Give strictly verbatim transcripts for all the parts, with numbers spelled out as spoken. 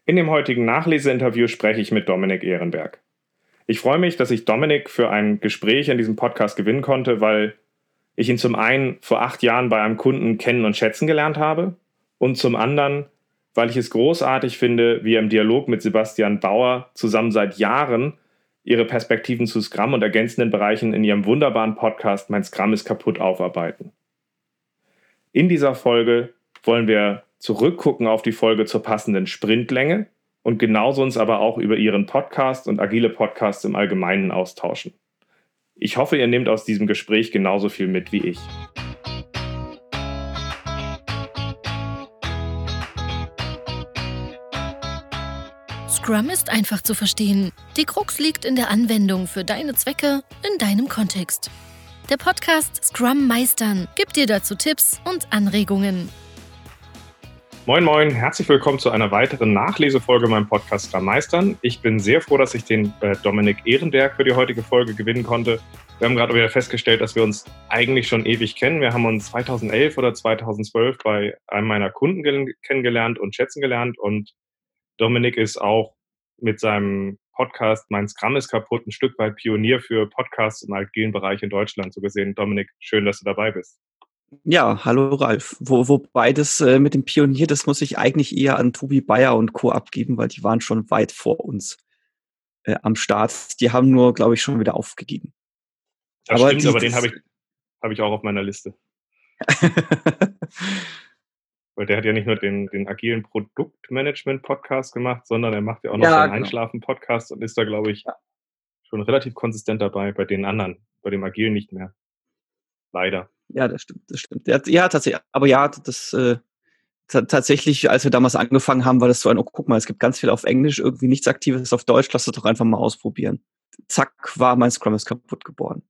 In dem heutigen Nachleseinterview spreche ich mit Dominik Ehrenberg. Ich freue mich, dass ich Dominik für ein Gespräch in diesem Podcast gewinnen konnte, weil ich ihn zum einen vor acht Jahren bei einem Kunden kennen und schätzen gelernt habe und zum anderen, weil ich es großartig finde, wie er im Dialog mit Sebastian Bauer zusammen seit Jahren ihre Perspektiven zu Scrum und ergänzenden Bereichen in ihrem wunderbaren Podcast Mein Scrum ist kaputt aufarbeiten. In dieser Folge wollen wir zurückgucken auf die Folge zur passenden Sprintlänge und genauso uns aber auch über ihren Podcast und agile Podcasts im Allgemeinen austauschen. Ich hoffe, ihr nehmt aus diesem Gespräch genauso viel mit wie ich. Scrum ist einfach zu verstehen. Die Krux liegt in der Anwendung für deine Zwecke in deinem Kontext. Der Podcast Scrum Meistern gibt dir dazu Tipps und Anregungen. Moin Moin, herzlich willkommen zu einer weiteren Nachlesefolge meinem Podcast Scrum Meistern. Ich bin sehr froh, dass ich den äh, Dominik Ehrenberg für die heutige Folge gewinnen konnte. Wir haben gerade wieder festgestellt, dass wir uns eigentlich schon ewig kennen. Wir haben uns zweitausendelf oder zweitausendzwölf bei einem meiner Kunden gel- kennengelernt und schätzen gelernt. Und Dominik ist auch mit seinem Podcast Mein Scrum ist kaputt ein Stück weit Pionier für Podcasts im agilen Bereich in Deutschland. So gesehen, Dominik, schön, dass du dabei bist. Ja, hallo Ralf. Wo, wobei das äh, mit dem Pionier, das muss ich eigentlich eher an Tobi Bayer und Co. abgeben, weil die waren schon weit vor uns äh, am Start. Die haben nur, glaube ich, schon wieder aufgegeben. Das aber stimmt, die, aber den habe ich, hab ich auch auf meiner Liste. Weil der hat ja nicht nur den, den agilen Produktmanagement-Podcast gemacht, sondern er macht ja auch noch Ja, seinen genau. Einschlafen-Podcast und ist da, glaube ich, Ja. schon relativ konsistent dabei, bei den anderen, bei dem agilen nicht mehr. Leider. Ja, das stimmt, das stimmt. Ja, ja tatsächlich. Aber ja, das äh, t- tatsächlich, als wir damals angefangen haben, war das so ein, oh, guck mal, es gibt ganz viel auf Englisch, irgendwie nichts Aktives auf Deutsch, lass es doch einfach mal ausprobieren. Zack, war mein Scrum ist kaputt geboren.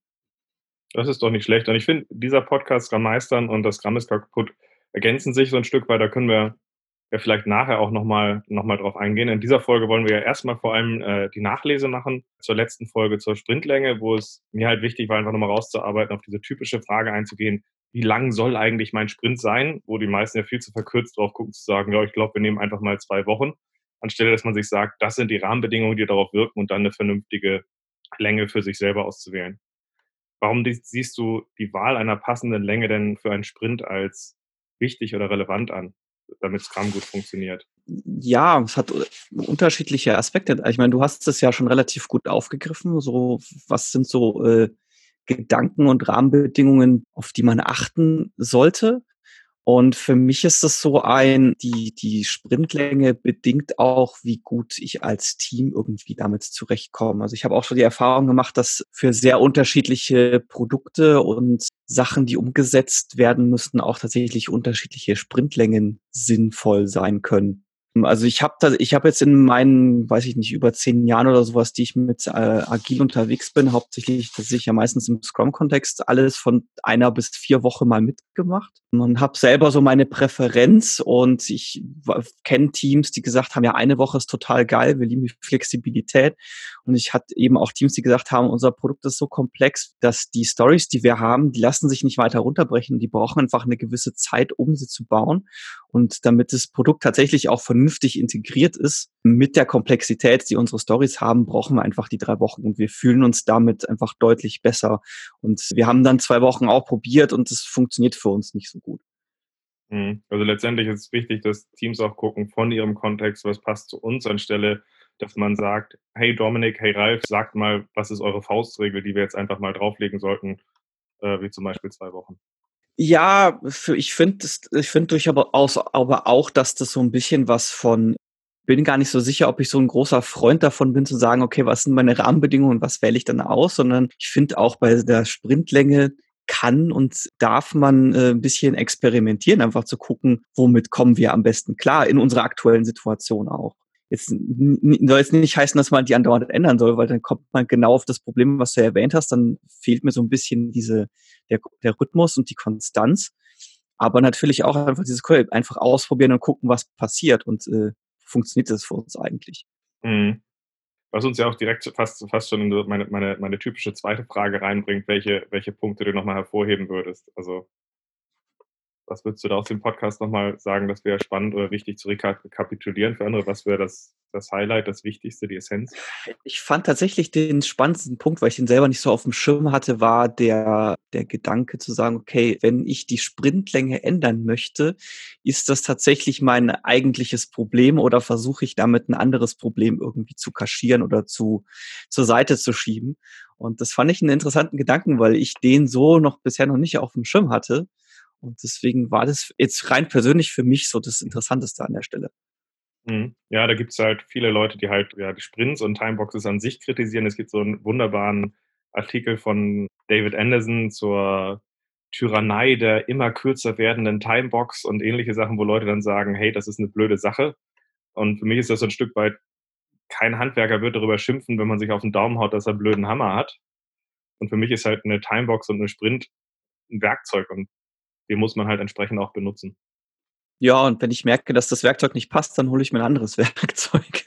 Das ist doch nicht schlecht. Und ich finde, dieser Podcast Scrum Meistern und das Scrum ist kaputt ergänzen sich so ein Stück, weil da können wir ja vielleicht nachher auch nochmal noch mal drauf eingehen. In dieser Folge wollen wir ja erstmal vor allem äh, die Nachlese machen zur letzten Folge zur Sprintlänge, wo es mir halt wichtig war, einfach nochmal rauszuarbeiten, auf diese typische Frage einzugehen, wie lang soll eigentlich mein Sprint sein, wo die meisten ja viel zu verkürzt drauf gucken, zu sagen, ja, ich glaube, wir nehmen einfach mal zwei Wochen, anstelle, dass man sich sagt, das sind die Rahmenbedingungen, die darauf wirken und dann eine vernünftige Länge für sich selber auszuwählen. Warum die, siehst du die Wahl einer passenden Länge denn für einen Sprint als wichtig oder relevant an, damit Scrum gut funktioniert? Ja, es hat unterschiedliche Aspekte. Ich meine, du hast es ja schon relativ gut aufgegriffen. So, was sind so äh, Gedanken und Rahmenbedingungen, auf die man achten sollte? Und für mich ist es so ein, die, die Sprintlänge bedingt auch, wie gut ich als Team irgendwie damit zurechtkomme. Also ich habe auch schon die Erfahrung gemacht, dass für sehr unterschiedliche Produkte und Sachen, die umgesetzt werden müssten, auch tatsächlich unterschiedliche Sprintlängen sinnvoll sein können. Also ich habe da, ich habe jetzt in meinen, weiß ich nicht, über zehn Jahren oder sowas, die ich mit äh, agil unterwegs bin, hauptsächlich, das sehe ich ja meistens im Scrum-Kontext, alles von einer bis vier Wochen mal mitgemacht und habe selber so meine Präferenz und ich kenne Teams, die gesagt haben, ja, eine Woche ist total geil, wir lieben die Flexibilität und ich hatte eben auch Teams, die gesagt haben, unser Produkt ist so komplex, dass die Stories, die wir haben, die lassen sich nicht weiter runterbrechen, die brauchen einfach eine gewisse Zeit, um sie zu bauen. Und damit das Produkt tatsächlich auch vernünftig integriert ist mit der Komplexität, die unsere Stories haben, brauchen wir einfach die drei Wochen und wir fühlen uns damit einfach deutlich besser. Und wir haben dann zwei Wochen auch probiert und es funktioniert für uns nicht so gut. Also letztendlich ist es wichtig, dass Teams auch gucken von ihrem Kontext, was passt zu uns, anstelle, dass man sagt, hey Dominik, hey Ralf, sagt mal, was ist eure Faustregel, die wir jetzt einfach mal drauflegen sollten, äh, wie zum Beispiel zwei Wochen. Ja, für, ich finde ich finde durchaus aber auch, dass das so ein bisschen was von, bin gar nicht so sicher, ob ich so ein großer Freund davon bin, zu sagen, okay, was sind meine Rahmenbedingungen und was wähle ich dann aus, sondern ich finde auch bei der Sprintlänge kann und darf man äh, ein bisschen experimentieren, einfach zu gucken, womit kommen wir am besten klar in unserer aktuellen Situation auch. Jetzt n- n- soll jetzt nicht heißen, dass man die andauernd ändern soll, weil dann kommt man genau auf das Problem, was du erwähnt hast, dann fehlt mir so ein bisschen diese der, der Rhythmus und die Konstanz. Aber natürlich auch einfach dieses cool, einfach ausprobieren und gucken, was passiert und äh, funktioniert das für uns eigentlich. Mhm. Was uns ja auch direkt fast, fast schon in so meine, meine, meine typische zweite Frage reinbringt, welche, welche Punkte du nochmal hervorheben würdest. Also Was würdest du da aus dem Podcast nochmal sagen, das wäre spannend oder wichtig zu rekapitulieren für andere? Was wäre das, das Highlight, das Wichtigste, die Essenz? Ich fand tatsächlich den spannendsten Punkt, weil ich den selber nicht so auf dem Schirm hatte, war der, der Gedanke zu sagen, okay, wenn ich die Sprintlänge ändern möchte, ist das tatsächlich mein eigentliches Problem oder versuche ich damit ein anderes Problem irgendwie zu kaschieren oder zu, zur Seite zu schieben? Und das fand ich einen interessanten Gedanken, weil ich den so noch bisher noch nicht auf dem Schirm hatte. Und deswegen war das jetzt rein persönlich für mich so das Interessanteste an der Stelle. Mhm. Ja, da gibt es halt viele Leute, die halt ja, die Sprints und Timeboxes an sich kritisieren. Es gibt so einen wunderbaren Artikel von David Anderson zur Tyrannei der immer kürzer werdenden Timebox und ähnliche Sachen, wo Leute dann sagen, hey, das ist eine blöde Sache. Und für mich ist das so ein Stück weit, kein Handwerker wird darüber schimpfen, wenn man sich auf den Daumen haut, dass er einen blöden Hammer hat. Und für mich ist halt eine Timebox und eine Sprint ein Werkzeug und den muss man halt entsprechend auch benutzen. Ja, und wenn ich merke, dass das Werkzeug nicht passt, dann hole ich mir ein anderes Werkzeug.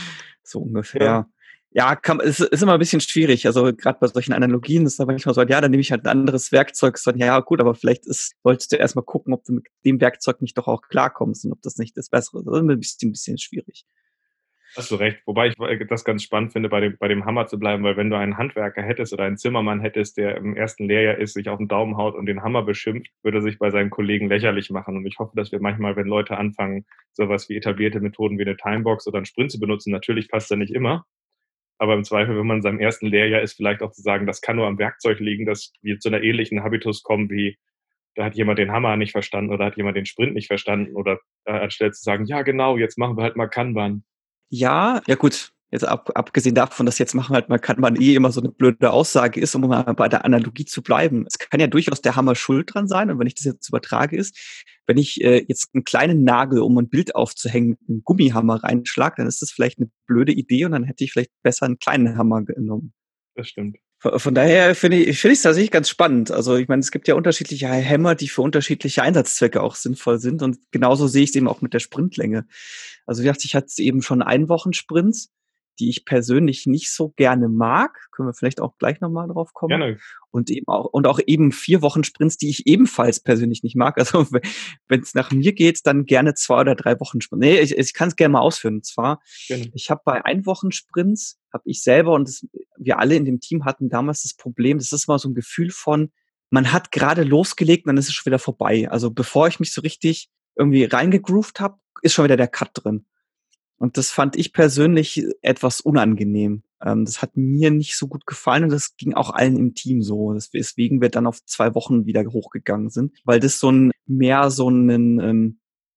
So ungefähr. Ja. Ja, kann, ist, ist immer ein bisschen schwierig. Also gerade bei solchen Analogien ist da manchmal so, ja, dann nehme ich halt ein anderes Werkzeug. So, ja, gut, aber vielleicht ist, solltest du erstmal gucken, ob du mit dem Werkzeug nicht doch auch klarkommst und ob das nicht das Bessere ist. Das ist immer ein bisschen, ein bisschen schwierig. Hast du recht. Wobei ich das ganz spannend finde, bei dem, bei dem Hammer zu bleiben, weil wenn du einen Handwerker hättest oder einen Zimmermann hättest, der im ersten Lehrjahr ist, sich auf den Daumen haut und den Hammer beschimpft, würde er sich bei seinen Kollegen lächerlich machen. Und ich hoffe, dass wir manchmal, wenn Leute anfangen, sowas wie etablierte Methoden wie eine Timebox oder einen Sprint zu benutzen, natürlich passt er nicht immer. Aber im Zweifel, wenn man in seinem ersten Lehrjahr ist, vielleicht auch zu sagen, das kann nur am Werkzeug liegen, dass wir zu einer ähnlichen Habitus kommen wie, da hat jemand den Hammer nicht verstanden oder hat jemand den Sprint nicht verstanden oder äh, anstelle zu sagen, ja genau, jetzt machen wir halt mal Kanban. Ja, ja gut. Jetzt ab, abgesehen davon, dass jetzt machen halt man kann man eh immer so eine blöde Aussage ist, um mal bei der Analogie zu bleiben. Es kann ja durchaus der Hammer schuld dran sein. Und wenn ich das jetzt übertrage, ist, wenn ich äh, jetzt einen kleinen Nagel, um ein Bild aufzuhängen, mit einem Gummihammer reinschlag, dann ist das vielleicht eine blöde Idee und dann hätte ich vielleicht besser einen kleinen Hammer genommen. Das stimmt. Von, von daher finde ich finde ich es tatsächlich ganz spannend. Also ich meine, es gibt ja unterschiedliche Hämmer, die für unterschiedliche Einsatzzwecke auch sinnvoll sind. Und genauso sehe ich es eben auch mit der Sprintlänge. Also wie gesagt, ich hatte eben schon Einwochensprints, die ich persönlich nicht so gerne mag. Können wir vielleicht auch gleich nochmal drauf kommen. Gerne. Und eben auch, und auch eben vier Wochen Sprints, die ich ebenfalls persönlich nicht mag. Also wenn es nach mir geht, dann gerne zwei oder drei Wochen Sprints. Nee, ich, ich kann es gerne mal ausführen. Und zwar, Gerne. ich habe bei Einwochensprints, habe ich selber und das, wir alle in dem Team hatten damals das Problem, das ist mal so ein Gefühl von, man hat gerade losgelegt und dann ist es schon wieder vorbei. Also bevor ich mich so richtig irgendwie reingegroovt habe, ist schon wieder der Cut drin. Und das fand ich persönlich etwas unangenehm. Ähm, das hat mir nicht so gut gefallen und das ging auch allen im Team so, weswegen wir dann auf zwei Wochen wieder hochgegangen sind, weil das so ein mehr so ein ähm,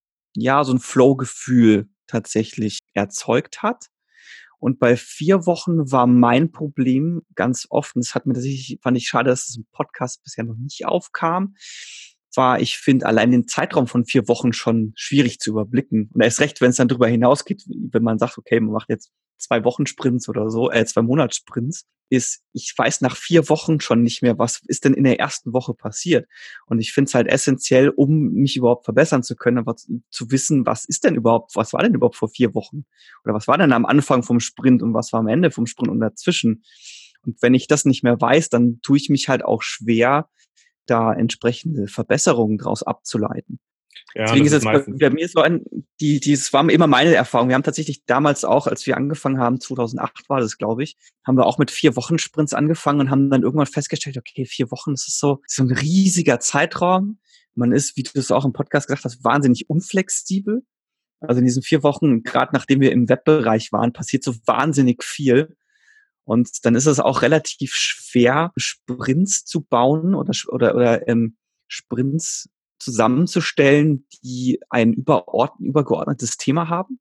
ja so ein Flow-Gefühl tatsächlich erzeugt hat. Und bei vier Wochen war mein Problem ganz oft, und das hat mir tatsächlich, fand ich schade, dass es im Podcast bisher noch nicht aufkam, war, ich finde allein den Zeitraum von vier Wochen schon schwierig zu überblicken. Und erst recht, wenn es dann darüber hinausgeht, wenn man sagt, okay, man macht jetzt zwei Wochen Sprints oder so, äh, zwei Monats Sprints, ist, ich weiß nach vier Wochen schon nicht mehr, was ist denn in der ersten Woche passiert. Und ich finde es halt essentiell, um mich überhaupt verbessern zu können, aber zu, zu wissen, was ist denn überhaupt, was war denn überhaupt vor vier Wochen? Oder was war denn am Anfang vom Sprint und was war am Ende vom Sprint und dazwischen? Und wenn ich das nicht mehr weiß, dann tue ich mich halt auch schwer, da entsprechende Verbesserungen draus abzuleiten. Ja, Deswegen das ist ist jetzt bei, meistens. bei mir so ein, die, die, es war immer meine Erfahrung. Wir haben tatsächlich damals auch, als wir angefangen haben, zweitausendacht war das, glaube ich, haben wir auch mit vier Wochen Sprints angefangen und haben dann irgendwann festgestellt, okay, vier Wochen, das ist so, so ein riesiger Zeitraum. Man ist, wie du es auch im Podcast gesagt hast, wahnsinnig unflexibel. Also in diesen vier Wochen, gerade nachdem wir im Webbereich waren, passiert so wahnsinnig viel. Und dann ist es auch relativ schwer, Sprints zu bauen oder, oder, oder ähm, Sprints zusammenzustellen, die ein überordn- übergeordnetes Thema haben.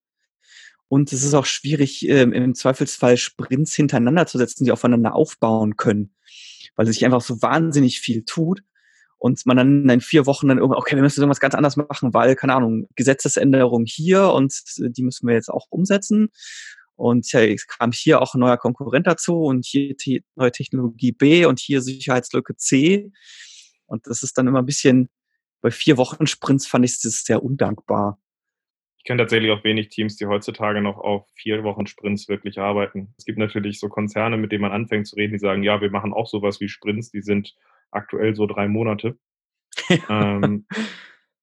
Und es ist auch schwierig, ähm, im Zweifelsfall Sprints hintereinander zu setzen, die aufeinander aufbauen können, weil sich einfach so wahnsinnig viel tut. Und man dann in vier Wochen dann irgendwann, okay, wir müssen irgendwas ganz anderes machen, weil, keine Ahnung, Gesetzesänderung hier und die müssen wir jetzt auch umsetzen. Und ja, es kam hier auch ein neuer Konkurrent dazu und hier die neue Technologie B und hier Sicherheitslücke C. Und das ist dann immer ein bisschen, bei vier Wochen Sprints fand ich das sehr undankbar. Ich kenne tatsächlich auch wenig Teams, die heutzutage noch auf vier Wochen Sprints wirklich arbeiten. Es gibt natürlich so Konzerne, mit denen man anfängt zu reden, die sagen, ja, wir machen auch sowas wie Sprints, die sind aktuell so drei Monate. ähm,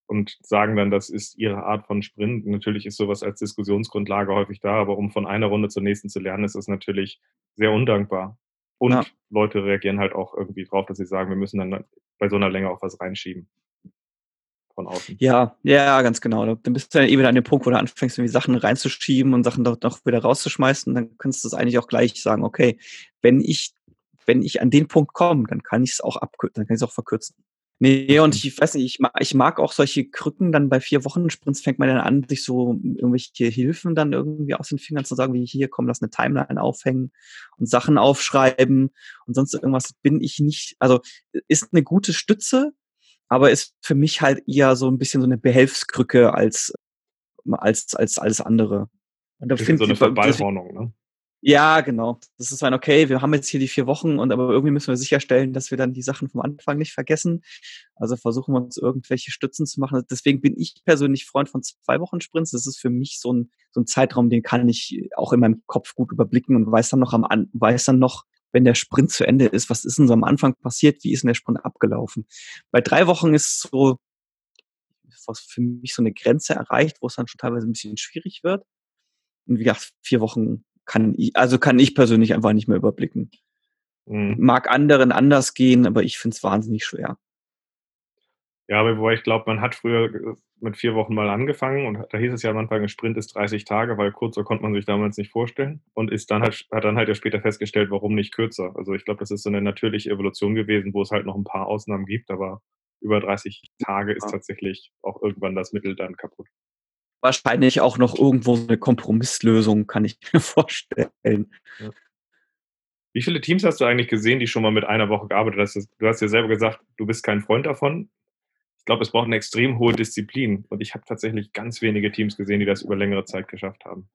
und sagen dann, das ist ihre Art von Sprint. Natürlich ist sowas als Diskussionsgrundlage häufig da, aber um von einer Runde zur nächsten zu lernen, ist es natürlich sehr undankbar. Und Ja. Leute reagieren halt auch irgendwie drauf, dass sie sagen, wir müssen dann bei so einer Länge auch was reinschieben. Von außen. Ja, ja, ganz genau. Dann bist du ja eh wieder an dem Punkt, wo du anfängst, irgendwie Sachen reinzuschieben und Sachen doch noch wieder rauszuschmeißen. Dann kannst du es eigentlich auch gleich sagen, okay, wenn ich, wenn ich an den Punkt komme, dann kann ich es auch abkürzen, dann kann ich es auch verkürzen. Nee, und ich weiß nicht, ich mag, ich mag auch solche Krücken, dann bei vier Wochen Sprints fängt man dann an, sich so irgendwelche Hilfen dann irgendwie aus den Fingern zu sagen, wie hier, komm, lass eine Timeline aufhängen und Sachen aufschreiben und sonst irgendwas bin ich nicht, also ist eine gute Stütze, aber ist für mich halt eher so ein bisschen so eine Behelfskrücke als als als alles andere. Und da Bisschen so finde eine ich, deswegen, Verballhornung, ne? ja, genau. Das ist ein, okay, wir haben jetzt hier die vier Wochen und aber irgendwie müssen wir sicherstellen, dass wir dann die Sachen vom Anfang nicht vergessen. Also versuchen wir uns irgendwelche Stützen zu machen. Deswegen bin ich persönlich Freund von zwei Wochen Sprints. Das ist für mich so ein so ein Zeitraum, den kann ich auch in meinem Kopf gut überblicken und weiß dann noch am An weiß dann noch, wenn der Sprint zu Ende ist, was ist denn so am Anfang passiert, wie ist denn der Sprint abgelaufen. Bei drei Wochen ist so was für mich so eine Grenze erreicht, wo es dann schon teilweise ein bisschen schwierig wird. Und wie gesagt, vier Wochen kann ich, also kann ich persönlich einfach nicht mehr überblicken. Mhm. Mag anderen anders gehen, aber ich finde es wahnsinnig schwer. Ja, aber wobei ich glaube, man hat früher mit vier Wochen mal angefangen und da hieß es ja am Anfang, ein Sprint ist dreißig Tage, weil kürzer konnte man sich damals nicht vorstellen und ist dann halt, hat dann halt ja später festgestellt, warum nicht kürzer. Also ich glaube, das ist so eine natürliche Evolution gewesen, wo es halt noch ein paar Ausnahmen gibt, aber über dreißig Tage ist Ja. tatsächlich auch irgendwann das Mittel dann kaputt. Wahrscheinlich auch noch irgendwo so eine Kompromisslösung, kann ich mir vorstellen. Ja. Wie viele Teams hast du eigentlich gesehen, die schon mal mit einer Woche gearbeitet haben? Du hast ja selber gesagt, du bist kein Freund davon. Ich glaube, es braucht eine extrem hohe Disziplin und ich habe tatsächlich ganz wenige Teams gesehen, die das über längere Zeit geschafft haben.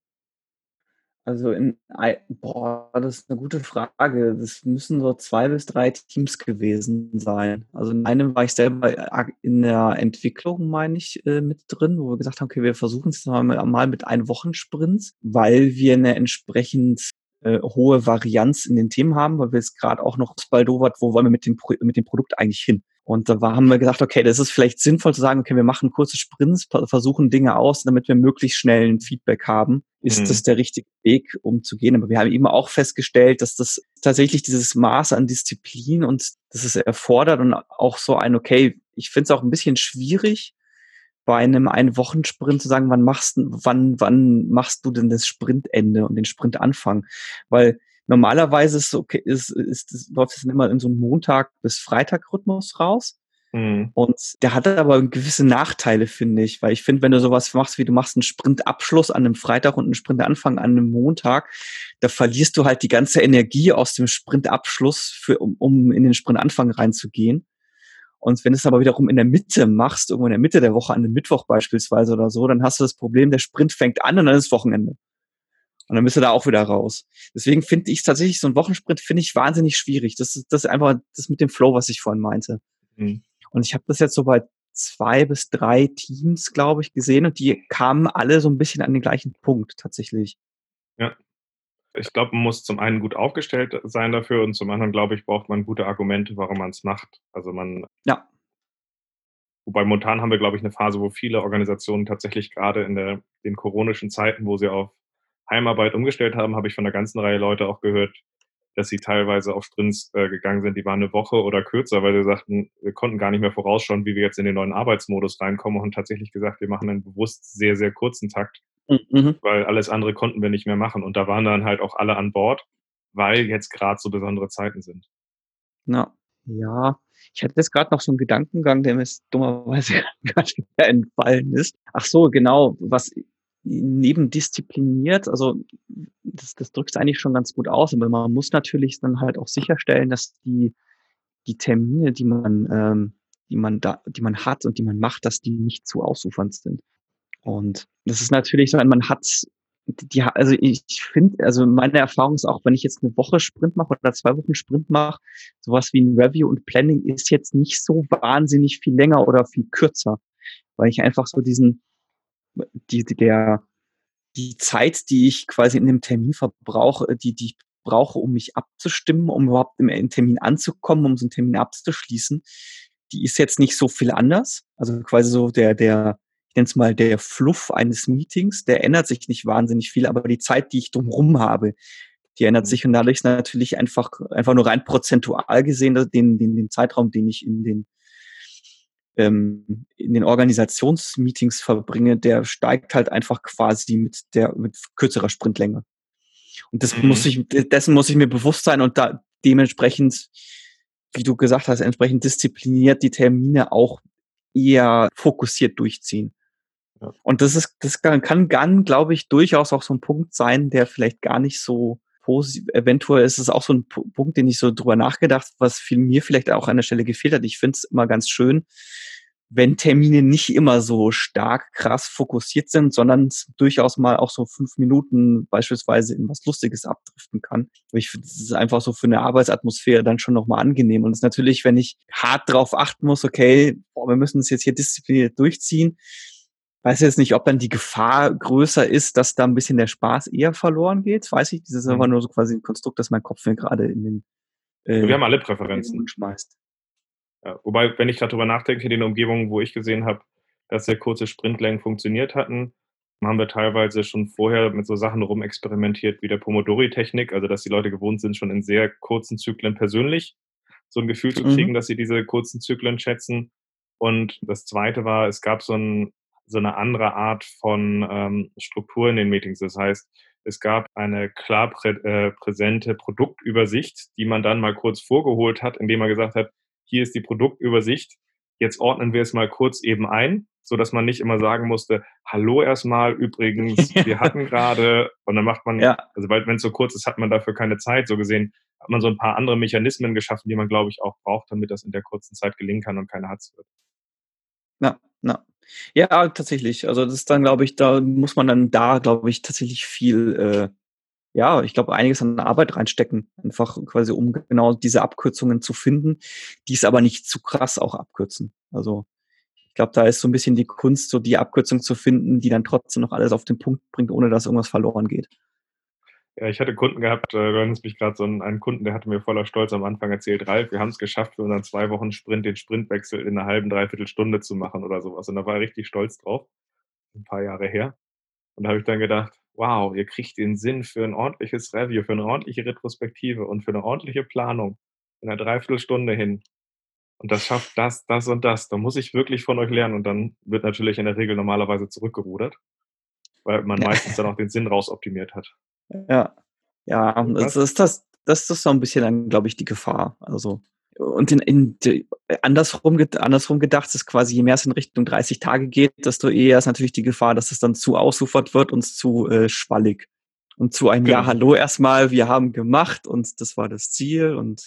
Also in ei boah, das ist eine gute Frage. Das müssen so zwei bis drei Teams gewesen sein. Also in einem war ich selber a in der Entwicklung, meine ich, äh, mit drin, wo wir gesagt haben: „Okay, wir versuchen es mal mal mit Ein-Wochen-Sprints“, weil wir eine entsprechend, äh, hohe Varianz in den Themen haben, weil wir jetzt gerade auch noch ausbaldowert, wo wollen wir mit dem Pro mit dem Produkt eigentlich hin? Und da war haben wir gesagt: „Okay, das ist vielleicht sinnvoll zu sagen, okay, wir machen kurze Sprints, ver versuchen Dinge aus, damit wir möglichst schnell 'n Feedback haben. Ist Mhm. das der richtige Weg, um zu gehen?“ Aber wir haben eben auch festgestellt, dass das tatsächlich dieses Maß an Disziplin und das es erfordert und auch so ein, okay, ich finde es auch ein bisschen schwierig, bei einem Ein-Wochen-Sprint zu sagen, wann machst du, wann, wann machst du denn das Sprintende und den Sprintanfang? Weil normalerweise ist okay, ist, ist, ist, läuft es dann immer in so einem Montag- bis Freitag-Rhythmus raus. Mhm. Und der hat aber gewisse Nachteile, finde ich, weil ich finde, wenn du sowas machst, wie du machst einen Sprintabschluss an einem Freitag und einen Sprintanfang an einem Montag, da verlierst du halt die ganze Energie aus dem Sprintabschluss, für, um, um in den Sprintanfang reinzugehen. Und wenn du es aber wiederum in der Mitte machst, irgendwo in der Mitte der Woche, an einem Mittwoch beispielsweise oder so, dann hast du das Problem, der Sprint fängt an und dann ist Wochenende. Und dann bist du da auch wieder raus. Deswegen finde ich tatsächlich, so ein Wochensprint finde ich wahnsinnig schwierig. Das ist, das ist einfach das mit dem Flow, was ich vorhin meinte. Mhm. Und ich habe das jetzt so bei zwei bis drei Teams, glaube ich, gesehen und die kamen alle so ein bisschen an den gleichen Punkt tatsächlich. Ja. Ich glaube, man muss zum einen gut aufgestellt sein dafür und zum anderen, glaube ich, braucht man gute Argumente, warum man es macht. Also man Ja, wobei momentan haben wir, glaube ich, eine Phase, wo viele Organisationen tatsächlich gerade in der den coronischen Zeiten, wo sie auf Heimarbeit umgestellt haben, habe ich von 'ner ganzen Reihe Leute auch gehört, dass sie teilweise auf Sprints, äh, gegangen sind, die waren eine Woche oder kürzer, weil sie sagten: „Wir konnten gar nicht mehr vorausschauen, wie wir jetzt in den neuen Arbeitsmodus reinkommen“, und haben tatsächlich gesagt: „Wir machen einen bewusst sehr, sehr kurzen Takt“, mhm. weil alles andere konnten wir nicht mehr machen. Und da waren dann halt auch alle an Bord, weil jetzt gerade so besondere Zeiten sind. Ja. Ja, ich hatte jetzt gerade noch so einen Gedankengang, der mir jetzt dummerweise grad wieder entfallen ist. Ach so, genau, was neben diszipliniert, also das das drückt's eigentlich schon ganz gut aus, aber man muss natürlich dann halt auch sicherstellen, dass die die Termine, die man ähm, die man da die man hat und die man macht, dass die nicht zu ausufernd sind. Und das ist natürlich so, man hat die, also ich finde, also meine Erfahrung ist auch, wenn ich jetzt eine Woche Sprint mache oder zwei Wochen Sprint mache, sowas wie ein Review und Planning ist jetzt nicht so wahnsinnig viel länger oder viel kürzer, weil ich einfach so diesen, die, die- der, die Zeit, die ich quasi in dem Termin verbrauche, die, die ich brauche, um mich abzustimmen, um überhaupt im, im Termin anzukommen, um so einen Termin abzuschließen, die ist jetzt nicht so viel anders. Also quasi so der, der, ich nenne es mal der Fluff eines Meetings, der ändert sich nicht wahnsinnig viel, aber die Zeit, die ich drumherum habe, die ändert sich und dadurch natürlich einfach, einfach nur rein prozentual gesehen, den, den, den Zeitraum, den ich in den, ähm, in den Organisationsmeetings verbringe, der steigt halt einfach quasi mit der, mit kürzerer Sprintlänge. Und das Mhm. muss ich, dessen muss ich mir bewusst sein und da dementsprechend, wie du gesagt hast, entsprechend diszipliniert die Termine auch eher fokussiert durchziehen. Ja. Und das ist, das kann, kann, kann, glaube ich, durchaus auch so ein Punkt sein, der vielleicht gar nicht so positiv, eventuell ist es auch so ein P- Punkt, den ich so drüber nachgedacht, was viel, mir vielleicht auch an der Stelle gefehlt hat. Ich finde es immer ganz schön, wenn Termine nicht immer so stark krass fokussiert sind, sondern es durchaus mal auch so fünf Minuten beispielsweise in was Lustiges abdriften kann. Ich finde, das ist einfach so für eine Arbeitsatmosphäre dann schon nochmal angenehm. Und es ist natürlich, wenn ich hart drauf achten muss, okay, boah, wir müssen es jetzt hier diszipliniert durchziehen, weiß jetzt nicht, ob dann die Gefahr größer ist, dass da ein bisschen der Spaß eher verloren geht. Weiß ich, das ist Mhm. aber nur so quasi ein Konstrukt, das mein Kopf mir gerade in den äh, Wir haben alle in den Präferenzen. Mund schmeißt. Ja, wobei, wenn ich gerade drüber nachdenke, in den Umgebungen, wo ich gesehen habe, dass sehr kurze Sprintlängen funktioniert hatten, haben wir teilweise schon vorher mit so Sachen rumexperimentiert wie der Pomodori-Technik, also dass die Leute gewohnt sind, schon in sehr kurzen Zyklen persönlich so ein Gefühl zu kriegen, Mhm. dass sie diese kurzen Zyklen schätzen. Und das Zweite war, es gab so, ein, so eine andere Art von ähm, Struktur in den Meetings. Das heißt, es gab eine klar prä äh, präsente Produktübersicht, die man dann mal kurz vorgeholt hat, indem man gesagt hat, hier ist die Produktübersicht, jetzt ordnen wir es mal kurz eben ein, so dass man nicht immer sagen musste, hallo erstmal, übrigens, wir hatten gerade, und dann macht man, Ja, also weil wenn es so kurz ist, hat man dafür keine Zeit, so gesehen hat man so ein paar andere Mechanismen geschaffen, die man, glaube ich, auch braucht, damit das in der kurzen Zeit gelingen kann und keine Hatz wird. na, na. Ja, tatsächlich. Also das ist dann, glaube ich, da muss man dann da, glaube ich, tatsächlich viel, äh, ja, ich glaube, einiges an Arbeit reinstecken, einfach quasi, um genau diese Abkürzungen zu finden, die es aber nicht zu krass auch abkürzen. Also ich glaube, da ist so ein bisschen die Kunst, so die Abkürzung zu finden, die dann trotzdem noch alles auf den Punkt bringt, ohne dass irgendwas verloren geht. Ja, ich hatte Kunden gehabt, äh, du erinnerst mich gerade so an einen Kunden, der hatte mir voller Stolz am Anfang erzählt, Ralf, wir haben es geschafft, für unseren zwei Wochen Sprint den Sprintwechsel in einer halben, dreiviertel Stunde zu machen oder sowas. Und da war er richtig stolz drauf, ein paar Jahre her. Und da habe ich dann gedacht, wow, ihr kriegt den Sinn für ein ordentliches Review, für eine ordentliche Retrospektive und für eine ordentliche Planung in einer Dreiviertelstunde hin. Und das schafft das, das und das. Da muss ich wirklich von euch lernen. Und dann wird natürlich in der Regel normalerweise zurückgerudert, weil man Ja. meistens dann auch den Sinn rausoptimiert hat. Ja, ja, das Irgendwas? ist das, das ist so ein bisschen dann, glaube ich, die Gefahr. Also und in, in die, andersrum, ged- andersrum gedacht ist quasi, je mehr es in Richtung dreißig Tage geht, desto eher ist natürlich die Gefahr, dass es dann zu ausufert wird und zu äh, schwallig. Und zu einem Ja, Genau. hallo erstmal, wir haben gemacht und das war das Ziel und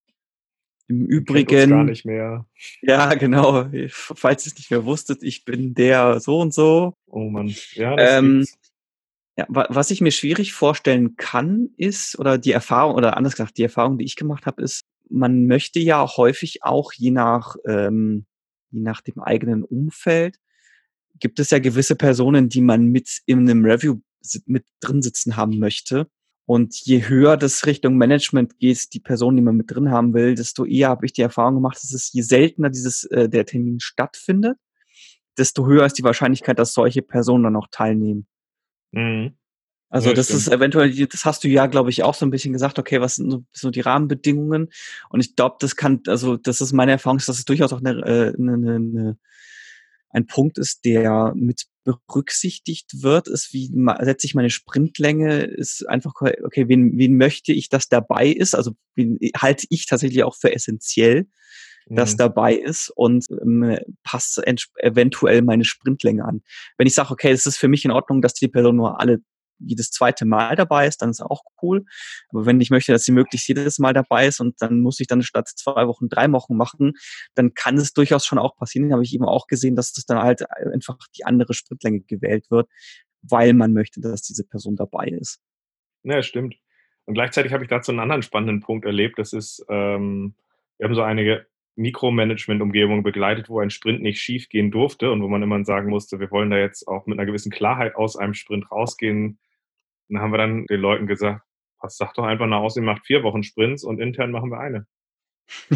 im Ihr kennt uns gar Übrigen, nicht mehr. ja, genau, falls ihr es nicht mehr wusstet, ich bin der so und so. Oh Mann. Ja, das Ähm, gibt's. Ja, wa was ich mir schwierig vorstellen kann, ist oder die Erfahrung oder anders gesagt, die Erfahrung, die ich gemacht habe, ist, man möchte ja häufig auch je nach ähm, je nach dem eigenen Umfeld gibt es ja gewisse Personen, die man mit in 'nem Review si mit drin sitzen haben möchte. Und je höher das Richtung Management geht, die Person, die man mit drin haben will, desto eher habe ich die Erfahrung gemacht, dass es je seltener dieses äh, der Termin stattfindet, desto höher ist die Wahrscheinlichkeit, dass solche Personen dann auch teilnehmen. Mhm. Also, Ja, das ist stimmt. eventuell die das hast du ja, glaube ich, auch so 'n bisschen gesagt: „Okay, was sind so so die Rahmenbedingungen?“ Und ich glaube, das kann also, das ist meine Erfahrung, dass es durchaus auch 'ne äh, 'ne 'ne 'ne ein Punkt ist, der mit berücksichtigt wird, ist, wie ma setze ich meine Sprintlänge, ist einfach ko okay, wen wen möchte ich, dass dabei ist? Also, wen halte ich tatsächlich auch für essenziell, dass Mhm. dabei ist und, ähm, passe entsp eventuell meine Sprintlänge an. Wenn ich sage: „Okay, es ist für mich in Ordnung, dass die Person nur alle jedes zweite Mal dabei ist“, dann ist auch cool. Aber wenn ich möchte, dass sie möglichst jedes Mal dabei ist und dann muss ich dann statt zwei Wochen drei Wochen machen, dann kann es durchaus schon auch passieren. Habe ich eben auch gesehen, dass das dann halt einfach die andere Sprintlänge gewählt wird, weil man möchte, dass diese Person dabei ist. Ja, stimmt. Und gleichzeitig habe ich dazu einen anderen spannenden Punkt erlebt. Das ist, ähm wir haben so einige Mikromanagement-Umgebungen begleitet, wo ein Sprint nicht schiefgehen durfte und wo man immer sagen musste: „Wir wollen da jetzt auch mit einer gewissen Klarheit aus einem Sprint rausgehen.“ Dann haben wir dann den Leuten gesagt: „Was sagt doch einfach nach außen, ihr macht vier Wochen Sprints und intern machen wir eine.“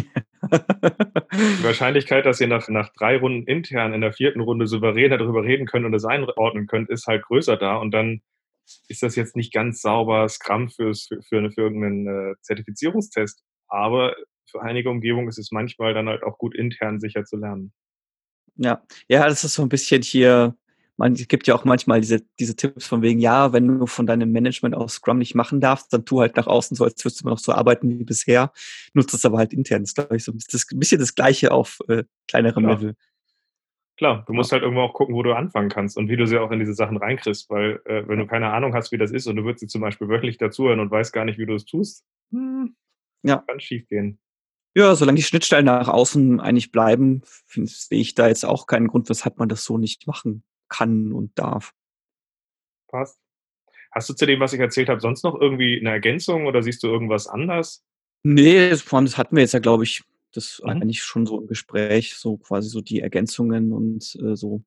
Die Wahrscheinlichkeit, dass ihr nach, nach drei Runden intern in der vierten Runde souverän darüber reden könnt und es einordnen könnt, ist halt größer da. Und dann ist das jetzt nicht ganz sauber Scrum fürs, für, für, eine, für irgendeinen äh, Zertifizierungstest. Aber für einige Umgebungen ist es manchmal dann halt auch gut, intern sicher zu lernen. Ja, ja, das ist so ein bisschen hier, man es gibt ja auch manchmal diese diese Tipps von wegen, ja, wenn du von deinem Management aus Scrum nicht machen darfst, dann tu halt nach außen so, als würdest du immer noch so arbeiten wie bisher, nutzt es aber halt intern. Das ist, glaube ich, so 'n das ein bisschen das Gleiche auf, äh, kleinerem Klar. Level. Klar, du Ja. musst halt irgendwo auch gucken, wo du anfangen kannst und wie du sie auch in diese Sachen reinkriegst, weil äh, wenn Ja. du keine Ahnung hast, wie das ist und du würdest sie zum Beispiel wöchentlich dazuhören und weißt gar nicht, wie du es tust, hm, Ja. kann schief gehen. Ja, solange die Schnittstellen nach außen eigentlich bleiben, finde sehe ich da jetzt auch keinen Grund, weshalb man das so nicht machen kann und darf. Passt. Hast du zu dem, was ich erzählt habe, sonst noch irgendwie eine Ergänzung oder siehst du irgendwas anders? Ne, das vor allem das hatten wir jetzt ja, glaube ich, das Mhm. eigentlich schon so im Gespräch, so quasi so die Ergänzungen und, äh, so.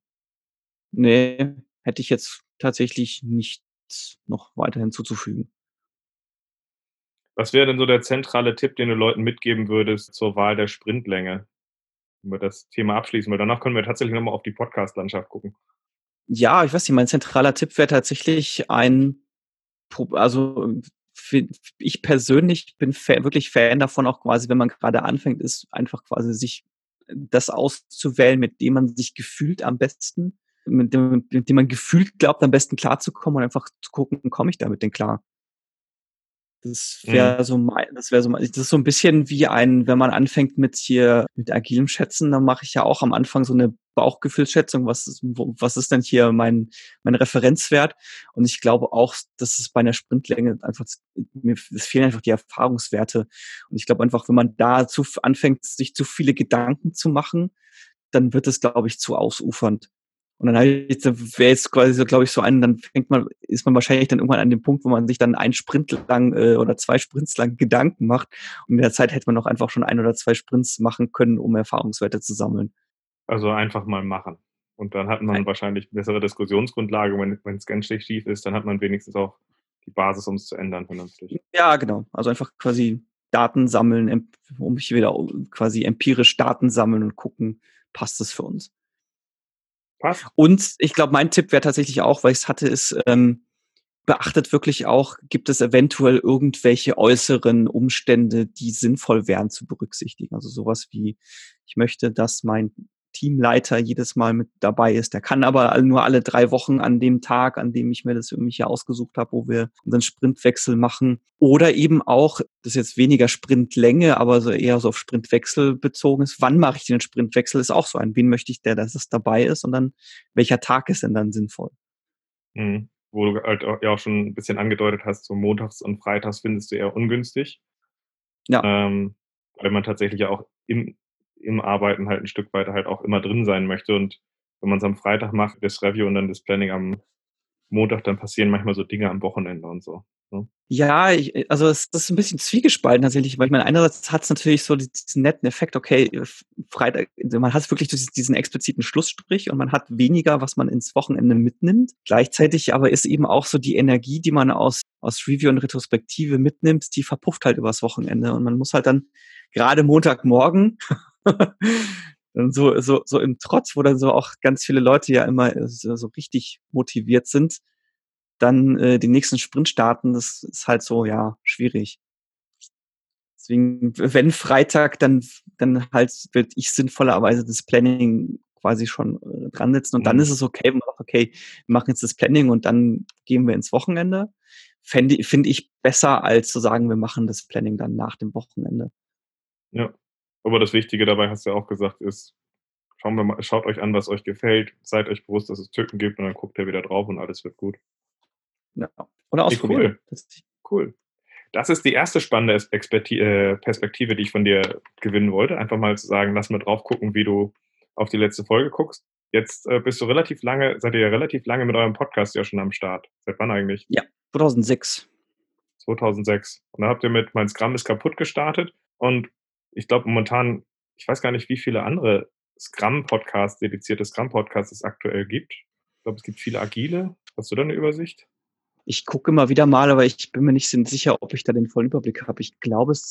Ne, hätte ich jetzt tatsächlich nichts noch weiter hinzuzufügen. Was wäre denn so der zentrale Tipp, den du Leuten mitgeben würdest zur Wahl der Sprintlänge? Wenn wir das Thema abschließen, weil danach können wir tatsächlich noch mal auf die Podcast-Landschaft gucken. Ja, ich weiß nicht, mein zentraler Tipp wäre tatsächlich ein Pro also, fi ich persönlich bin Fa wirklich Fan davon, auch quasi, wenn man grade anfängt, ist einfach quasi sich das auszuwählen, mit dem man sich gefühlt am besten mit dem mit dem man gefühlt glaubt, am besten klarzukommen und einfach zu gucken, komme ich damit denn klar? Das Mhm. wäre so mein das wäre so mein das ist so 'n bisschen wie ein wenn man anfängt mit hier mit agilem Schätzen, dann mache ich ja auch am Anfang so 'ne Bauchgefühlsschätzung. Was ist wo was ist denn hier mein mein Referenzwert? Und ich glaube auch, dass es bei 'ner Sprintlänge einfach z mir es fehlen einfach die Erfahrungswerte. Und ich glaube einfach, wenn man da zu f anfängt, sich zu viele Gedanken zu machen, dann wird es, glaube ich, zu ausufernd. Und dann wäre jetzt quasi so, glaube ich, so ein dann fängt man ist man wahrscheinlich dann irgendwann an dem Punkt, wo man sich dann einen Sprint lang, äh, oder zwei Sprints lang Gedanken macht. Und in der Zeit hätte man auch einfach schon ein oder zwei Sprints machen können, um Erfahrungswerte zu sammeln. Also, einfach mal machen. Und dann hat man Ei wahrscheinlich bessere Diskussionsgrundlage. Wenn wenn's ganz schlecht schief ist, dann hat man wenigstens auch die Basis, um's zu ändern vernünftig. Ja, genau. Also, einfach quasi Daten sammeln, emp um mich wieder quasi empirisch Daten sammeln und gucken, passt das für uns? Passt. Und ich glaube, mein Tipp wäre tatsächlich auch, weil ich's hatte, ist, ähm, beachtet wirklich auch, gibt es eventuell irgendwelche äußeren Umstände, die sinnvoll wären zu berücksichtigen? Also, so was wie: „Ich möchte, dass mein Teamleiter jedes Mal mit dabei ist. Der kann aber all nur alle drei Wochen an dem Tag, an dem ich mir das irgendwie hier ausgesucht habe, wo wir unseren Sprintwechsel machen.“ Oder eben auch, das ist jetzt weniger Sprintlänge, aber so eher so auf Sprintwechsel bezogen ist. Wann mache ich den Sprintwechsel, ist auch so ein. Wen möchte ich, der dass es dabei ist und dann welcher Tag ist denn dann sinnvoll? Mhm. Wo du halt auch ja auch schon 'n bisschen angedeutet hast, so montags und freitags findest du eher ungünstig. Ja. Ähm, weil man tatsächlich ja auch im im Arbeiten halt 'n Stück weit halt auch immer drin sein möchte. Und wenn man's am Freitag macht, das Review und dann das Planning am Montag, dann passieren manchmal so Dinge am Wochenende und so, ne? Ja, ich äh, also, es ist 'n bisschen zwiegespalten tatsächlich, weil ich meine, einerseits hat's natürlich so di diesen netten Effekt, okay, äh, F Freitag also, man hat wirklich dies diesen expliziten Schlussstrich und man hat weniger, was man ins Wochenende mitnimmt. Gleichzeitig aber ist eben auch so die Energie, die man aus aus Review und Retrospektive mitnimmt, die verpufft halt übers Wochenende. Und man muss halt dann grade Montagmorgen dann so so so im Trotz, wo dann so auch ganz viele Leute ja immer, äh, so so richtig motiviert sind, dann, äh, den nächsten Sprint starten. Das ist halt so, ja, schwierig. Deswegen, w wenn Freitag, dann f dann halt würde ich sinnvollerweise das Planning quasi schon, äh, dran setzen. Und dann Mhm. ist es okay, wenn man sagt: „Okay, wir machen jetzt das Planning und dann gehen wir ins Wochenende.“ Fände finde ich besser, als zu sagen, wir machen das Planning dann nach dem Wochenende. Ja. Aber das Wichtige dabei, hast du ja auch gesagt, ist, schauen wir mal schaut euch an, was euch gefällt. Seid euch bewusst, dass es Tücken gibt und dann guckt ihr wieder drauf und alles wird gut. Ja. Oder Ne, ausprobieren. cool. Cool. Das ist die erste spannende es Experti äh, Perspektive, die ich von dir gewinnen wollte. Einfach mal zu sagen: „Lass mal drauf gucken, wie du auf die letzte Folge guckst.“ Jetzt, äh, bist du relativ lange seid ihr ja relativ lange mit eurem Podcast ja schon am Start. Seit wann eigentlich? Ja, zweitausendsechs. zweitausendsechs. Und da habt ihr mit „Mein Scrum ist kaputt“ gestartet. Und ich glaube momentan ich weiß gar nicht, wie viele andere Scrum-Podcasts, dedizierte Scrum-Podcasts es aktuell gibt. Ich glaube, es gibt viele agile. Hast du da 'ne Übersicht? Ich gucke immer wieder mal, aber ich bin mir nicht sin sicher, ob ich da den vollen Überblick habe. Ich glaube, es so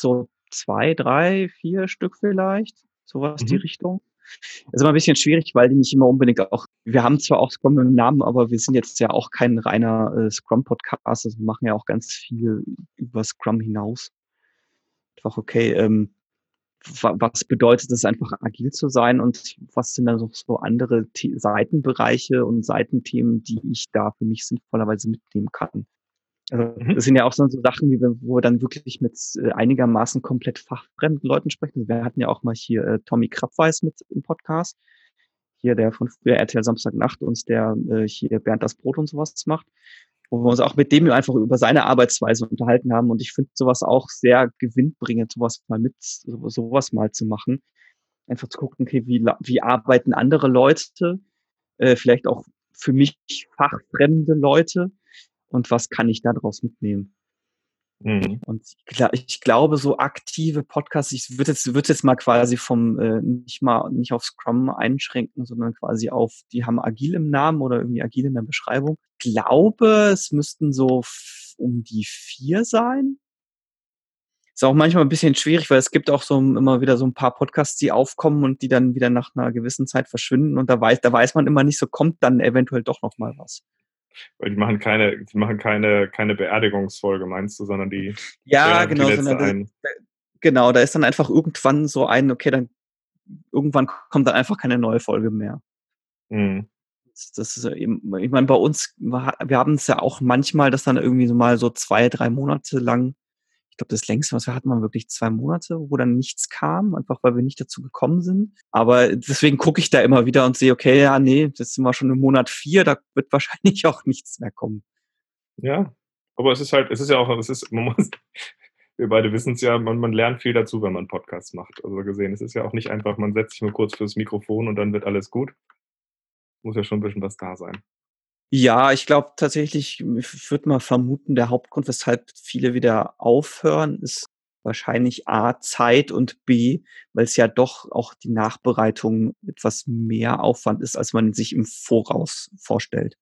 zwei, drei, vier Stück vielleicht, sowas die Mhm. Richtung. Ist immer ein bisschen schwierig, weil die nicht immer unbedingt auch wir haben zwar auch Scrum im Namen, aber wir sind jetzt ja auch kein reiner, äh, Scrum-Podcast. Also, wir machen ja auch ganz viel über Scrum hinaus. Einfach okay, ähm, wa was bedeutet es einfach agil zu sein und was sind da so so andere The Seitenbereiche und Seitenthemen, die ich da für mich sinnvollerweise mitnehmen kann? Also, Mhm. das sind ja auch so so Sachen, wie wir wo wir dann wirklich mit, äh, einigermaßen komplett fachfremden Leuten sprechen. Wir hatten ja auch mal hier, äh, Tommy Krabweis mit im Podcast. Hier der von früher R T L Samstagnacht und der, äh, hier Bernd das Brot und so was macht, wo wir uns auch mit dem einfach über seine Arbeitsweise unterhalten haben. Und ich finde so was auch sehr gewinnbringend, so was mal mit so so was mal zu machen. Einfach zu gucken, okay, wie la wie arbeiten andere Leute, äh, vielleicht auch für mich fachfremde Leute und was kann ich da draus mitnehmen? Mhm. Und ich gla ich glaube, so aktive Podcasts, ich würde jetzt würde jetzt mal quasi vom, äh, nicht mal nicht auf Scrum einschränken, sondern quasi auf die haben agil im Namen oder irgendwie agil in der Beschreibung. Glaube, es müssten so f um die vier sein. Ist auch manchmal ein bisschen schwierig, weil es gibt auch so immer wieder so ein paar Podcasts, die aufkommen und die dann wieder nach einer gewissen Zeit verschwinden und da weiß da weiß man immer nicht so, kommt dann eventuell doch noch mal was. Weil die machen keine, die machen keine, keine Beerdigungsfolge, meinst du, sondern die stellen Ja, einfach die genau, letzte sondern da ein. da genau, da ist dann einfach irgendwann so ein okay, dann irgendwann kommt dann einfach keine neue Folge mehr. Mhm. Das das ist ja eben ich meine, bei uns wa wir haben's ja auch manchmal, dass dann irgendwie so mal so zwei, drei Monate lang ich glaube, das Längste, was wir hatten, waren wirklich zwei Monate, wo dann nichts kam, einfach weil wir nicht dazu gekommen sind. Aber deswegen gucke ich da immer wieder und sehe: „Okay, ja, ne, jetzt sind wir schon im Monat vier, da wird wahrscheinlich auch nichts mehr kommen." Ja, aber es ist halt, es ist ja auch, es ist, man muss, wir beide wissen es ja, man, man lernt viel dazu, wenn man Podcasts macht. Also gesehen, es ist ja auch nicht einfach, man setzt sich nur kurz fürs Mikrofon und dann wird alles gut. Muss ja schon ein bisschen was da sein. Ja, ich glaube tatsächlich, ich würde mal vermuten, der Hauptgrund, weshalb viele wieder aufhören, ist wahrscheinlich A, Zeit und B, weil es ja doch auch die Nachbereitung etwas mehr Aufwand ist, als man sich im Voraus vorstellt.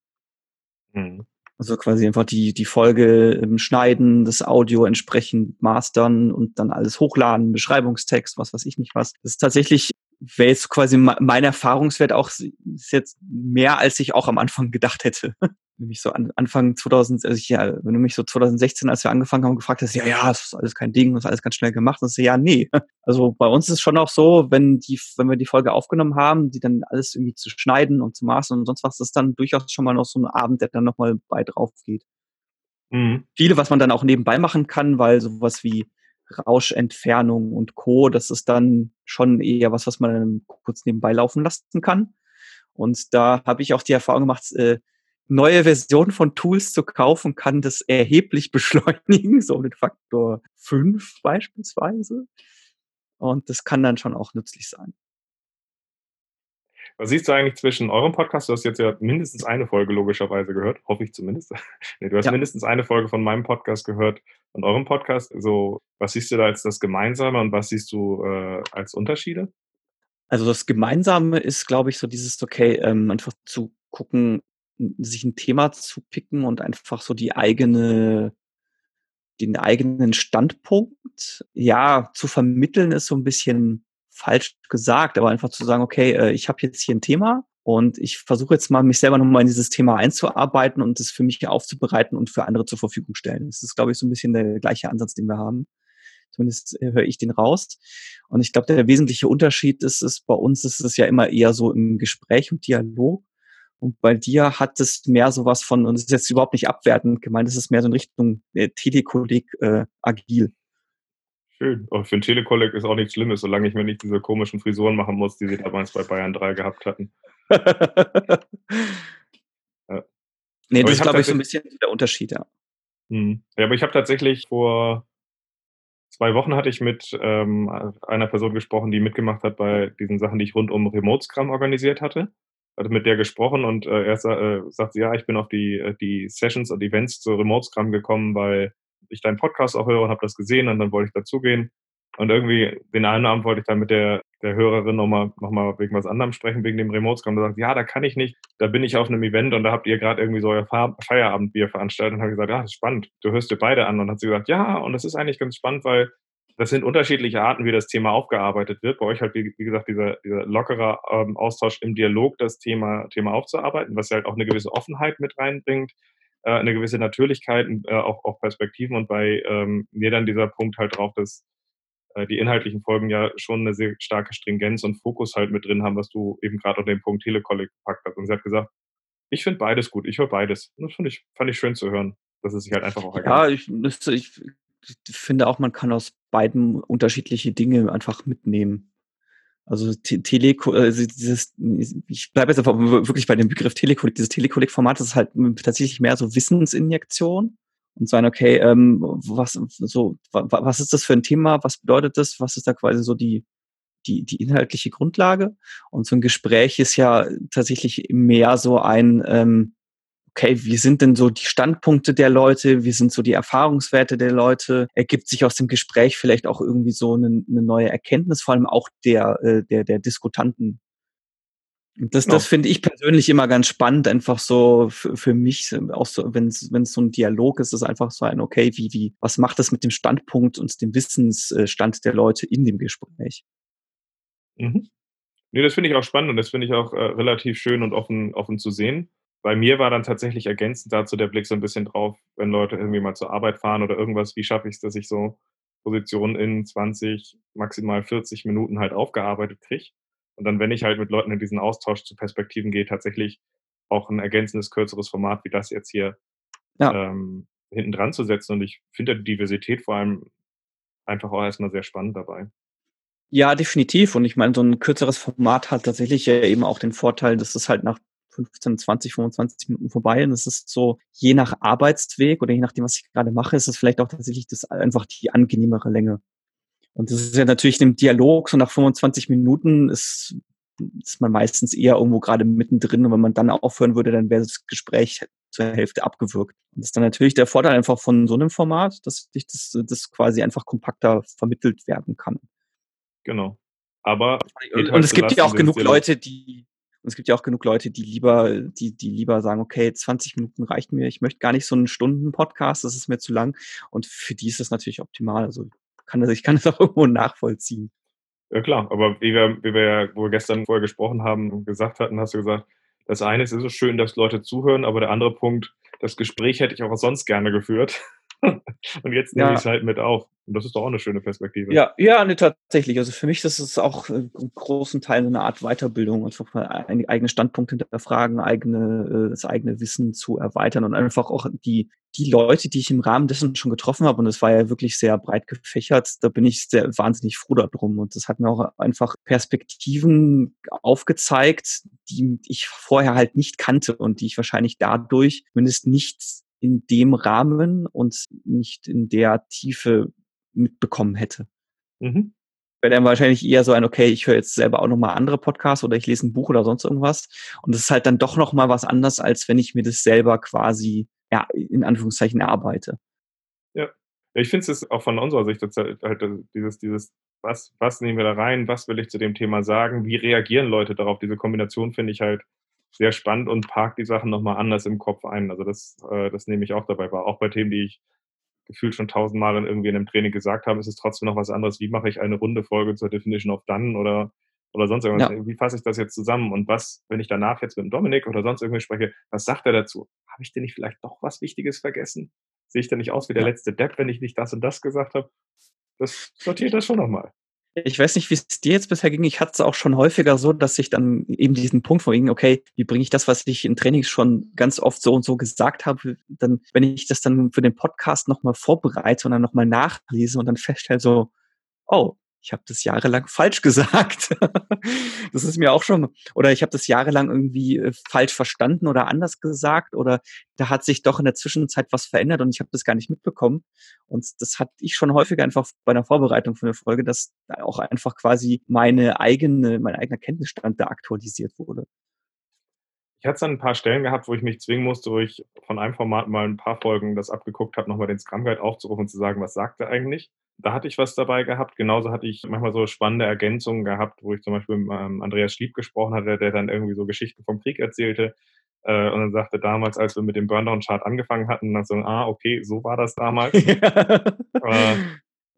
Mhm. Also quasi einfach die die Folge, ähm, schneiden, das Audio entsprechend mastern und dann alles hochladen, Beschreibungstext, was weiß ich nicht was. Das ist tatsächlich wäre jetzt quasi mei mein Erfahrungswert auch s ist jetzt mehr, als ich auch am Anfang gedacht hätte. Nämlich so an Anfang zweitausend also ich ja, wenn du mich so zwanzig sechzehn, als wir angefangen haben, gefragt hast: „Ja, ja, das ist alles kein Ding, das ist alles ganz schnell gemacht." Und ich so: „Ja, ne." Also, bei uns ist schon auch so, wenn die wenn wir die Folge aufgenommen haben, die dann alles irgendwie zu schneiden und zu mastern und sonst was, das ist dann durchaus schon mal noch so 'n Abend, der dann noch mal bei drauf geht. Mhm. Viele, was man dann auch nebenbei machen kann, weil so was wie Rauschentfernung und Co., das ist dann schon eher was, was man dann kurz nebenbei laufen lassen kann. Und da habe ich auch die Erfahrung gemacht, äh, neue Versionen von Tools zu kaufen, kann das erheblich beschleunigen, so um den Faktor fünf beispielsweise. Und das kann dann schon auch nützlich sein. Was siehst du eigentlich zwischen eurem Podcast? Du hast jetzt ja mindestens eine Folge logischerweise gehört, hoffe ich zumindest. Ne, du hast Ja. mindestens eine Folge von meinem Podcast gehört und eurem Podcast. Also, was siehst du da als das Gemeinsame und was siehst du, äh, als Unterschiede? Also, das Gemeinsame ist, glaube ich, so dieses, okay, ähm, einfach zu gucken, n sich 'n Thema zu picken und einfach so die eigene den eigenen Standpunkt, ja, zu vermitteln, ist so 'n bisschen falsch gesagt, aber einfach zu sagen: „Okay, äh, ich habe jetzt hier 'n Thema und ich versuche jetzt mal, mich selber noch mal in dieses Thema einzuarbeiten und es für mich aufzubereiten und für andere zur Verfügung stellen." Das ist, glaube ich, so 'n bisschen der gleiche Ansatz, den wir haben. Zumindest, äh, höre ich den raus. Und ich glaube, der wesentliche Unterschied ist es bei uns ist es ja immer eher so im Gespräch und Dialog. Und bei dir hat es mehr so was von und das ist jetzt überhaupt nicht abwertend gemeint, es ist mehr so in Richtung, äh, Telekolleg, äh, agil. Schön. Aber für 'n Telekolleg ist auch nichts Schlimmes, solange ich mir nicht diese komischen Frisuren machen muss, die sie damals bei Bayern drei gehabt hatten. Ja. Ne, Aber das ich ist, habe glaube ich, so 'n tatsächlich bisschen der Unterschied, ja. mhm. Ja, aber ich habe tatsächlich vor zwei Wochen hatte ich mit, ähm, einer Person gesprochen, die mitgemacht hat bei diesen Sachen, die ich rund um Remote Scrum organisiert hatte. Hatte mit der gesprochen und, äh, er sa äh, sagt sie: „Ja, ich bin auf die äh, die Sessions und Events zu Remote Scrum gekommen, weil ich deinen Podcast auch höre und habe das gesehen und dann wollte ich dazugehen." Und irgendwie den einen Abend wollte ich dann mit der der Hörerin noch mal noch mal wegen was anderem sprechen, wegen dem Remote Scrum. Da sagt sie: „Ja, da kann ich nicht. Da bin ich auf 'nem Event und da habt ihr grad irgendwie so euer Fa Feierabendbier veranstaltet." Und habe ich gesagt: „Ja, das ist spannend. Du hörst dir beide an." Und hat sie gesagt: „Ja, und das ist eigentlich ganz spannend, weil das sind unterschiedliche Arten, wie das Thema aufgearbeitet wird. Bei euch halt, wie, wie gesagt, dieser, dieser lockere ähm, Austausch im Dialog, das Thema, Thema aufzuarbeiten, was halt auch eine gewisse Offenheit mit reinbringt, äh, eine gewisse Natürlichkeit, äh, auch, auch Perspektiven. Und bei ähm, mir dann dieser Punkt halt drauf, dass äh, die inhaltlichen Folgen ja schon eine sehr starke Stringenz und Fokus halt mit drin haben, was du eben gerade unter den Punkt Telekolleg gepackt hast. Und sie hat gesagt, ich finde beides gut, ich höre beides. Und das fand ich, fand ich schön zu hören, dass es sich halt einfach auch Ja, ergänzt. ich, das, ich finde auch, man kann aus beiden unterschiedliche Dinge einfach mitnehmen. Also Te Tele, also dieses, ich bleibe jetzt einfach wirklich bei dem Begriff Telekolleg. Dieses Telekolleg-Format ist halt tatsächlich mehr so Wissensinjektion und sagen, okay, ähm, was so, wa, was ist das für ein Thema? Was bedeutet das? Was ist da quasi so die die die inhaltliche Grundlage? Und so ein Gespräch ist ja tatsächlich mehr so ein ähm, okay, wie sind denn so die Standpunkte der Leute? Wie sind so die Erfahrungswerte der Leute? Ergibt sich aus dem Gespräch vielleicht auch irgendwie so eine, eine neue Erkenntnis, vor allem auch der, äh, der, der Diskutanten? Und das, das Genau. finde ich persönlich immer ganz spannend, einfach so für, für mich, auch so, wenn es, wenn es so ein Dialog ist, ist einfach so ein, okay, wie, wie, was macht das mit dem Standpunkt und dem Wissensstand der Leute in dem Gespräch? Mhm. Ne, das finde ich auch spannend und das finde ich auch, äh, relativ schön und offen offen zu sehen. Bei mir war dann tatsächlich ergänzend dazu der Blick so 'n bisschen drauf, wenn Leute irgendwie mal zur Arbeit fahren oder irgendwas, wie schaffe ich's, dass ich so Positionen in zwanzig, maximal vierzig Minuten halt aufgearbeitet kriege. Und dann, wenn ich halt mit Leuten in diesen Austausch zu Perspektiven gehe, tatsächlich auch 'n ergänzendes, kürzeres Format wie das jetzt hier, Ja. ähm, hinten dran zu setzen. Und ich finde die Diversität vor allem einfach auch erst mal sehr spannend dabei. Ja, definitiv. Und ich meine, so ein kürzeres Format hat tatsächlich ja eben auch den Vorteil, dass es halt nach fünfzehn, zwanzig, fünfundzwanzig Minuten vorbei und es ist so, je nach Arbeitsweg oder je nachdem, was ich gerade mache, ist es vielleicht auch tatsächlich das einfach die angenehmere Länge. Und das ist ja natürlich im Dialog, so nach fünfundzwanzig Minuten ist ist man meistens eher irgendwo gerade mittendrin und wenn man dann aufhören würde, dann wäre das Gespräch zur Hälfte abgewürgt. Und das ist dann natürlich der Vorteil einfach von so einem Format, dass sich das das quasi einfach kompakter vermittelt werden kann. Genau. Aber geht Und halt es zu gibt ja Lasten auch dieses genug Dialogs. Leute, die und es gibt ja auch genug Leute, die lieber die die lieber sagen: „Okay, zwanzig Minuten reicht mir. Ich möchte gar nicht so 'n Stunden-Podcast, das ist mir zu lang.“ Und für die ist das natürlich optimal. Also, kann das ich kann das auch irgendwo nachvollziehen. Ja klar, aber wie wir wie wir ja wo wir gestern vorher gesprochen haben und gesagt hatten, hast du gesagt: „Das eine ist, es ist schön, dass Leute zuhören, aber der andere Punkt, das Gespräch hätte ich auch sonst gerne geführt. Und jetzt nehme ich's Ja. halt mit auf.“ Und das ist doch auch 'ne schöne Perspektive. Ja, ja, ne, tatsächlich. Also, für mich ist es auch, äh, im großen Teil 'ne Art Weiterbildung, einfach mal ei eigene Standpunkte hinterfragen, eigene äh, das eigene Wissen zu erweitern und einfach auch die die Leute, die ich im Rahmen dessen schon getroffen habe, und es war ja wirklich sehr breit gefächert, da bin ich sehr wahnsinnig froh da drum. Und das hat mir auch einfach Perspektiven aufgezeigt, die ich vorher halt nicht kannte und die ich wahrscheinlich dadurch zumindest nicht in dem Rahmen und nicht in der Tiefe mitbekommen hätte. Mhm. Wäre dann wahrscheinlich eher so ein: „Okay, ich höre jetzt selber auch noch mal andere Podcasts oder ich lese 'n Buch oder sonst irgendwas.“ Und das ist halt dann doch noch mal was anderes, als wenn ich mir das selber quasi, ja, in Anführungszeichen erarbeite. Ja. Ja, ich finde es auch von unserer Sicht jetzt halt halt äh, dieses dieses was was nehmen wir da rein? Was will ich zu dem Thema sagen? Wie reagieren Leute darauf? Diese Kombination finde ich halt sehr spannend und parkt die Sachen noch mal anders im Kopf ein. Also, das äh, das nehme ich auch dabei wahr. Auch bei Themen, die ich gefühlt schon tausendmal dann irgendwie in 'nem Training gesagt habe, ist es trotzdem noch was anderes. Wie mache ich eine runde Folge zur Definition of Done oder oder sonst irgendwas? Ja. Wie fasse ich das jetzt zusammen? Und was, wenn ich danach jetzt mit dem Dominik oder sonst irgendwie spreche, was sagt er dazu? Habe ich denn nicht vielleicht doch was Wichtiges vergessen? Sehe ich denn nicht aus wie der Ja. letzte Depp, wenn ich nicht das und das gesagt habe? Das sortiert das schon noch mal. Ich weiß nicht, wie's dir jetzt bisher ging. Ich hatte es auch schon häufiger so, dass ich dann eben diesen Punkt von wegen: „Okay, wie bringe ich das, was ich in Trainings schon ganz oft so und so gesagt habe, dann wenn ich das dann für den Podcast noch mal vorbereite und dann noch mal nachlese und dann feststelle so: „Oh, ich habe das jahrelang falsch gesagt.“ Das ist mir auch schon oder ich habe das jahrelang irgendwie, äh, falsch verstanden oder anders gesagt oder da hat sich doch in der Zwischenzeit was verändert und ich habe das gar nicht mitbekommen. Und das hatte ich schon häufiger einfach bei der Vorbereitung für 'ne Folge, dass da auch einfach quasi meine eigene mein eigener Kenntnisstand da aktualisiert wurde. Ich hatte es an 'n paar Stellen gehabt, wo ich mich zwingen musste, wo ich von einem Format mal 'n paar Folgen das abgeguckt habe, noch mal den Scrum Guide aufzurufen und zu sagen: „Was sagt er eigentlich?“ Da hatte ich was dabei gehabt. Genauso hatte ich manchmal so spannende Ergänzungen gehabt, wo ich zum Beispiel mit, ähm, Andreas Schlieb gesprochen hatte, der dann irgendwie so Geschichten vom Krieg erzählte, äh, und dann sagte: „Damals, als wir mit dem Burndown Chart angefangen hatten“, dann so: „Ah, okay, so war das damals.“ Ja. Äh,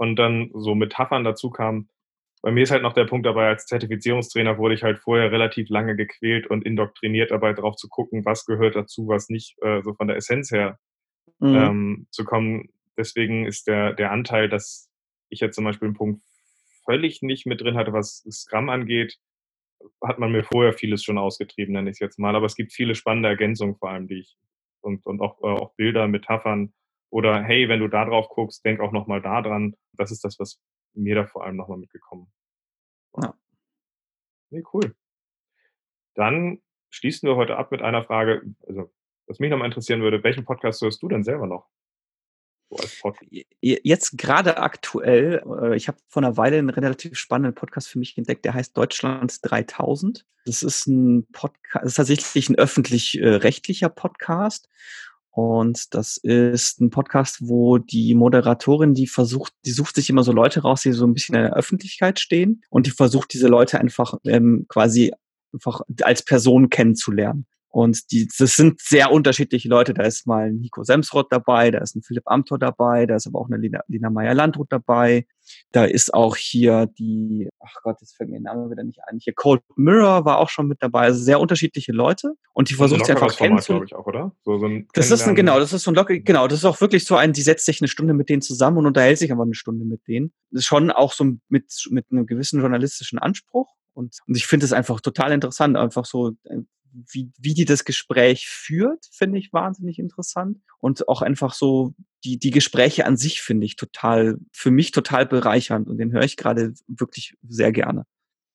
und dann so Metaphern dazu kamen. Bei mir ist halt noch der Punkt dabei, als Zertifizierungstrainer wurde ich halt vorher relativ lange gequält und indoktriniert dabei, drauf zu gucken, was gehört dazu, was nicht, äh, so von der Essenz her Mhm. ähm, zu kommen. Deswegen ist der, der Anteil, dass ich jetzt zum Beispiel einen Punkt völlig nicht mit drin hatte, was Scrum angeht, hat man mir vorher vieles schon ausgetrieben, nenne ich es jetzt mal. Aber es gibt viele spannende Ergänzungen vor allem, die ich und, und auch, äh, auch Bilder, Metaphern oder hey, wenn du da drauf guckst, denk auch nochmal da dran. Das ist das, was mir da vor allem nochmal mitgekommen war. Ja. Nee, cool. Dann schließen wir heute ab mit einer Frage, also was mich nochmal interessieren würde, welchen Podcast hörst du denn selber noch? So als Pod J- Jetzt gerade aktuell, äh, ich habe vor einer Weile einen relativ spannenden Podcast für mich entdeckt, der heißt Deutschland dreitausend. Das ist ein Podcast, ist tatsächlich ein öffentlich-rechtlicher Podcast. Und das ist ein Podcast, wo die Moderatorin, die versucht, die sucht sich immer so Leute raus, die so ein bisschen in der Öffentlichkeit stehen und die versucht, diese Leute einfach ähm, quasi einfach als Person kennenzulernen. Und die, das sind sehr unterschiedliche Leute. Da ist mal ein Nico Semsrott dabei, da ist ein Philipp Amthor dabei, da ist aber auch eine Lina, Lina Meyer-Landrut dabei. Da ist auch hier die, ach Gott, jetzt fällt mir der Name wieder nicht ein. Hier Cold Mirror war auch schon mit dabei. Also sehr unterschiedliche Leute. Und die ein versucht sie einfach lockeres Format, kennenzulernen. glaube ich auch, oder? So, so ein Das ist ein, Kennenlernen. genau, das ist so ein locker, genau, das ist auch wirklich so ein, die setzt sich eine Stunde mit denen zusammen und unterhält sich aber eine Stunde mit denen. Das ist schon auch so mit, mit einem gewissen journalistischen Anspruch. Und, und ich finde es einfach total interessant, einfach so, äh, wie, wie die das Gespräch führt, finde ich wahnsinnig interessant. Und auch einfach so, die, die Gespräche an sich finde ich total, für mich total bereichernd. Und den höre ich gerade wirklich sehr gerne.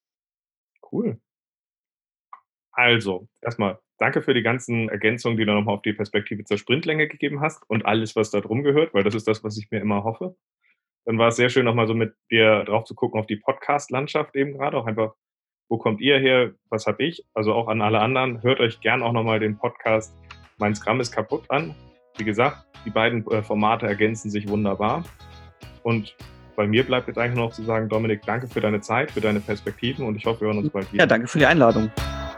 Cool. Also, erstmal danke für die ganzen Ergänzungen, die du nochmal auf die Perspektive zur Sprintlänge gegeben hast und alles, was da drum gehört, weil das ist das, was ich mir immer hoffe. Dann war es sehr schön, nochmal so mit dir drauf zu gucken auf die Podcast-Landschaft eben gerade, auch einfach, wo kommt ihr her, was habe ich? Also auch an alle anderen, hört euch gern auch nochmal den Podcast Mein Scrum ist kaputt an. Wie gesagt, die beiden äh, Formate ergänzen sich wunderbar. Und bei mir bleibt jetzt eigentlich nur noch zu sagen, Dominik, danke für deine Zeit, für deine Perspektiven und ich hoffe, wir hören uns bald wieder. Ja, danke für die Einladung.